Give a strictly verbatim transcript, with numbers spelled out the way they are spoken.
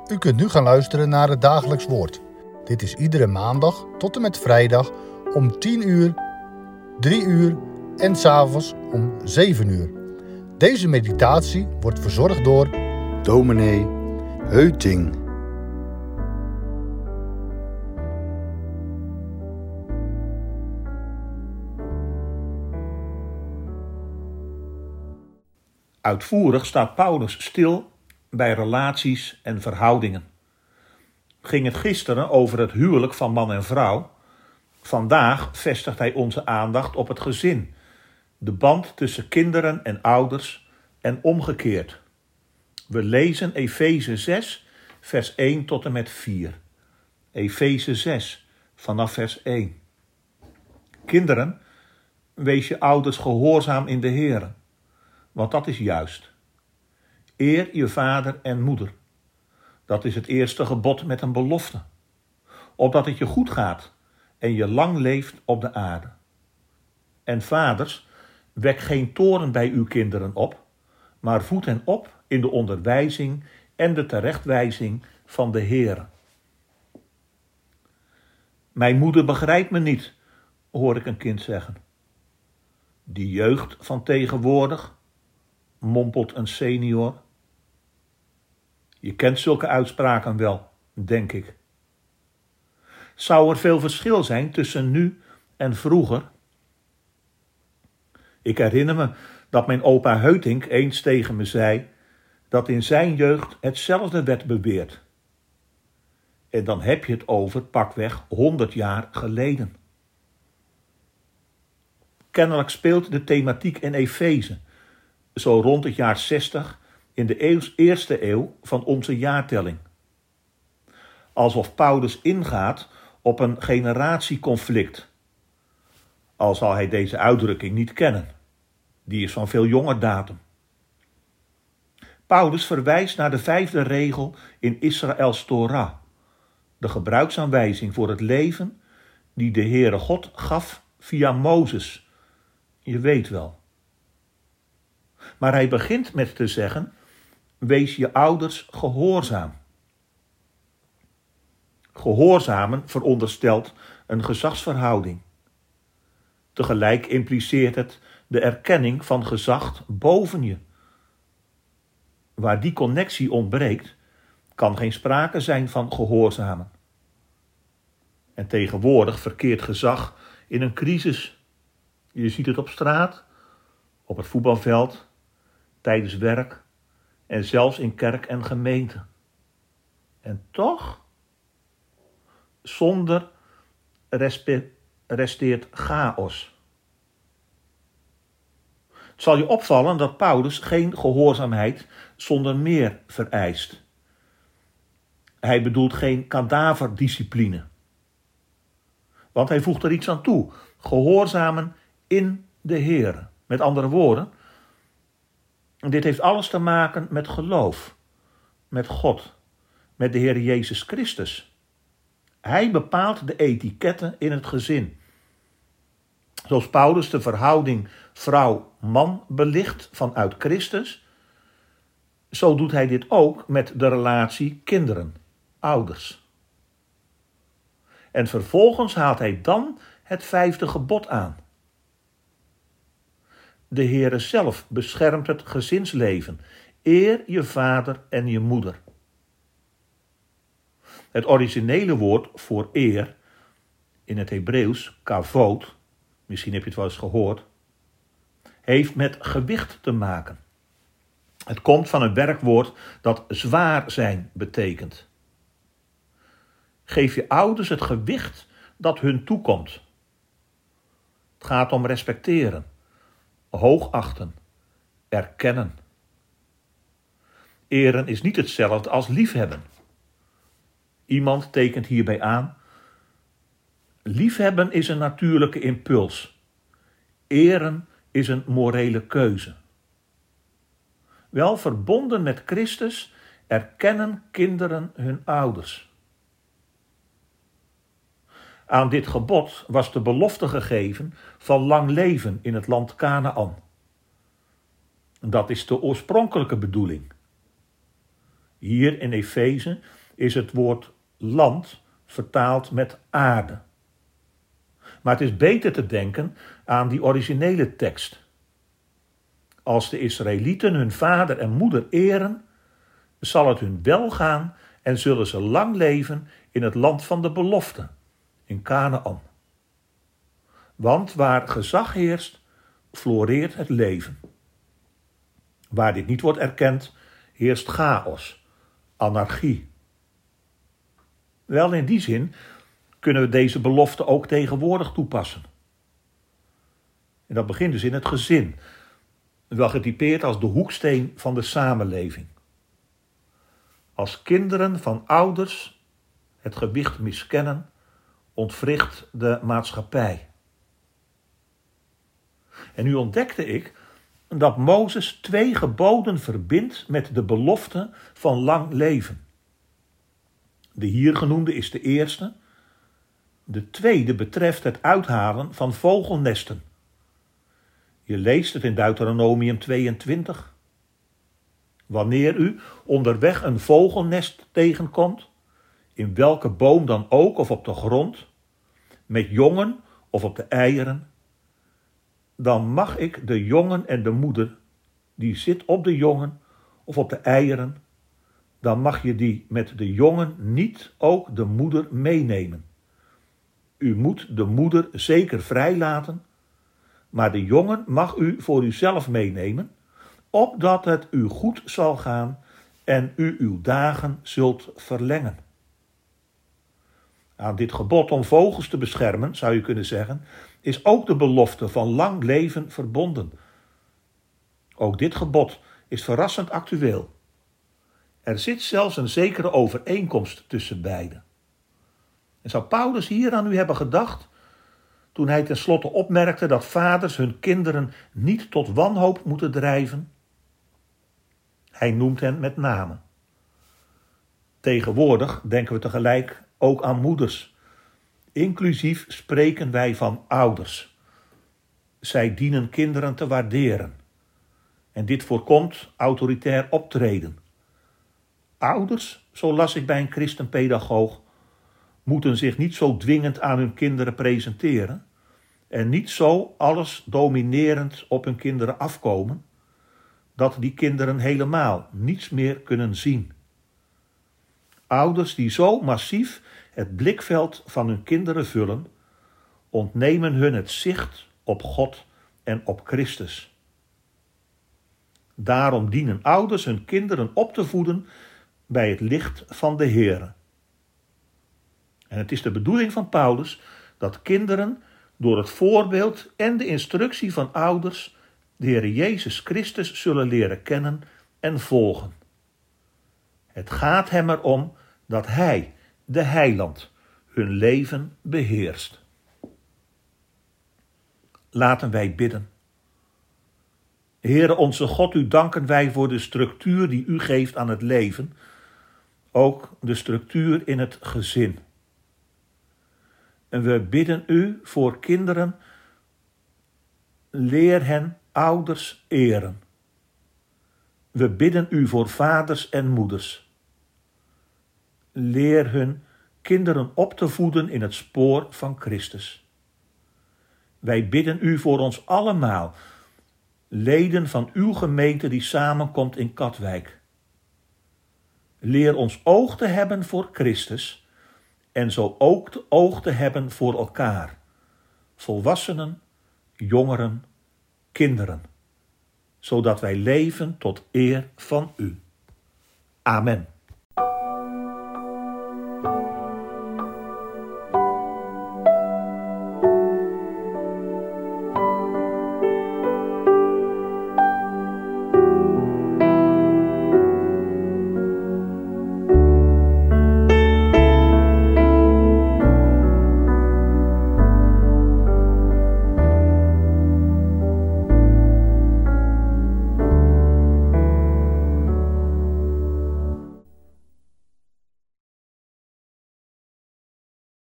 U kunt nu gaan luisteren naar het dagelijks woord. Dit is iedere maandag tot en met vrijdag om tien uur, drie uur en 's avonds om zeven uur. Deze meditatie wordt verzorgd door dominee Heuting. Uitvoerig staat Paulus stil bij relaties en verhoudingen. Ging het gisteren over het huwelijk van man en vrouw? Vandaag vestigt hij onze aandacht op het gezin, de band tussen kinderen en ouders en omgekeerd. We lezen Efeze zes, vers één tot en met vier. Efeze zes, vanaf vers één. Kinderen, wees je ouders gehoorzaam in de Here, want dat is juist. Eer je vader en moeder. Dat is het eerste gebod met een belofte, opdat het je goed gaat en je lang leeft op de aarde. En vaders, wek geen toorn bij uw kinderen op, maar voed hen op in de onderwijzing en de terechtwijzing van de Heere. Mijn moeder begrijpt me niet, hoor ik een kind zeggen. Die jeugd van tegenwoordig, mompelt een senior. Je kent zulke uitspraken wel, denk ik. Zou er veel verschil zijn tussen nu en vroeger? Ik herinner me dat mijn opa Heutink eens tegen me zei dat in zijn jeugd hetzelfde werd beweerd. En dan heb je het over pakweg honderd jaar geleden. Kennelijk speelt de thematiek in Efeze, zo rond het jaar zestig in de eeuws, eerste eeuw van onze jaartelling. Alsof Paulus ingaat op een generatieconflict. Al zal hij deze uitdrukking niet kennen. Die is van veel jonger datum. Paulus verwijst naar de vijfde regel in Israëls Torah. De gebruiksaanwijzing voor het leven die de Heere God gaf via Mozes. Je weet wel. Maar hij begint met te zeggen, wees je ouders gehoorzaam. Gehoorzamen veronderstelt een gezagsverhouding. Tegelijk impliceert het de erkenning van gezag boven je. Waar die connectie ontbreekt, kan geen sprake zijn van gehoorzamen. En tegenwoordig verkeert gezag in een crisis. Je ziet het op straat, op het voetbalveld, tijdens werk en zelfs in kerk en gemeente. En toch, zonder respe- resteert chaos. Het zal je opvallen dat Paulus geen gehoorzaamheid zonder meer vereist. Hij bedoelt geen kadaverdiscipline. Want hij voegt er iets aan toe. Gehoorzamen in de Heere. Met andere woorden, dit heeft alles te maken met geloof, met God, met de Heer Jezus Christus. Hij bepaalt de etiketten in het gezin. Zoals Paulus de verhouding vrouw-man belicht vanuit Christus, zo doet hij dit ook met de relatie kinderen, ouders. En vervolgens haalt hij dan het vijfde gebod aan. De Heere zelf beschermt het gezinsleven. Eer je vader en je moeder. Het originele woord voor eer, in het Hebreeuws, kavod, misschien heb je het wel eens gehoord, heeft met gewicht te maken. Het komt van een werkwoord dat zwaar zijn betekent. Geef je ouders het gewicht dat hun toekomt. Het gaat om respecteren, hoogachten, erkennen. Eren is niet hetzelfde als liefhebben. Iemand tekent hierbij aan: liefhebben is een natuurlijke impuls. Eren is een morele keuze. Wel verbonden met Christus erkennen kinderen hun ouders. Aan dit gebod was de belofte gegeven van lang leven in het land Kanaan. Dat is de oorspronkelijke bedoeling. Hier in Efeze is het woord land vertaald met aarde. Maar het is beter te denken aan die originele tekst. Als de Israëlieten hun vader en moeder eren, zal het hun wel gaan en zullen ze lang leven in het land van de belofte, in Kanaän. Want waar gezag heerst, floreert het leven. Waar dit niet wordt erkend, heerst chaos, anarchie. Wel, in die zin kunnen we deze belofte ook tegenwoordig toepassen. En dat begint dus in het gezin, wel getypeerd als de hoeksteen van de samenleving. Als kinderen van ouders het gewicht miskennen, ontwricht de maatschappij. En nu ontdekte ik dat Mozes twee geboden verbindt met de belofte van lang leven. De hier genoemde is de eerste. De tweede betreft het uithalen van vogelnesten. Je leest het in Deuteronomium tweeëntwintig. Wanneer u onderweg een vogelnest tegenkomt, in welke boom dan ook of op de grond, met jongen of op de eieren, dan mag ik de jongen en de moeder, die zit op de jongen of op de eieren, dan mag je die met de jongen niet ook de moeder meenemen. U moet de moeder zeker vrijlaten, maar de jongen mag u voor uzelf meenemen, opdat het u goed zal gaan en u uw dagen zult verlengen. Aan dit gebod om vogels te beschermen, zou je kunnen zeggen, is ook de belofte van lang leven verbonden. Ook dit gebod is verrassend actueel. Er zit zelfs een zekere overeenkomst tussen beiden. En zou Paulus hier aan u hebben gedacht, toen hij tenslotte opmerkte dat vaders hun kinderen niet tot wanhoop moeten drijven? Hij noemt hen met name. Tegenwoordig denken we tegelijk ook aan moeders. Inclusief spreken wij van ouders. Zij dienen kinderen te waarderen. En dit voorkomt autoritair optreden. Ouders, zo las ik bij een christenpedagoog, moeten zich niet zo dwingend aan hun kinderen presenteren en niet zo alles dominerend op hun kinderen afkomen, dat die kinderen helemaal niets meer kunnen zien. Ouders die zo massief het blikveld van hun kinderen vullen, ontnemen hun het zicht op God en op Christus. Daarom dienen ouders hun kinderen op te voeden bij het licht van de Heere. En het is de bedoeling van Paulus dat kinderen door het voorbeeld en de instructie van ouders de Heere Jezus Christus zullen leren kennen en volgen. Het gaat hem erom dat Hij, de Heiland, hun leven beheerst. Laten wij bidden. Heere onze God, u danken wij voor de structuur die u geeft aan het leven, ook de structuur in het gezin. En we bidden u voor kinderen, leer hen ouders eren. We bidden u voor vaders en moeders. Leer hun kinderen op te voeden in het spoor van Christus. Wij bidden u voor ons allemaal, leden van uw gemeente die samenkomt in Katwijk. Leer ons oog te hebben voor Christus en zo ook oog te hebben voor elkaar, volwassenen, jongeren, kinderen, zodat wij leven tot eer van u. Amen.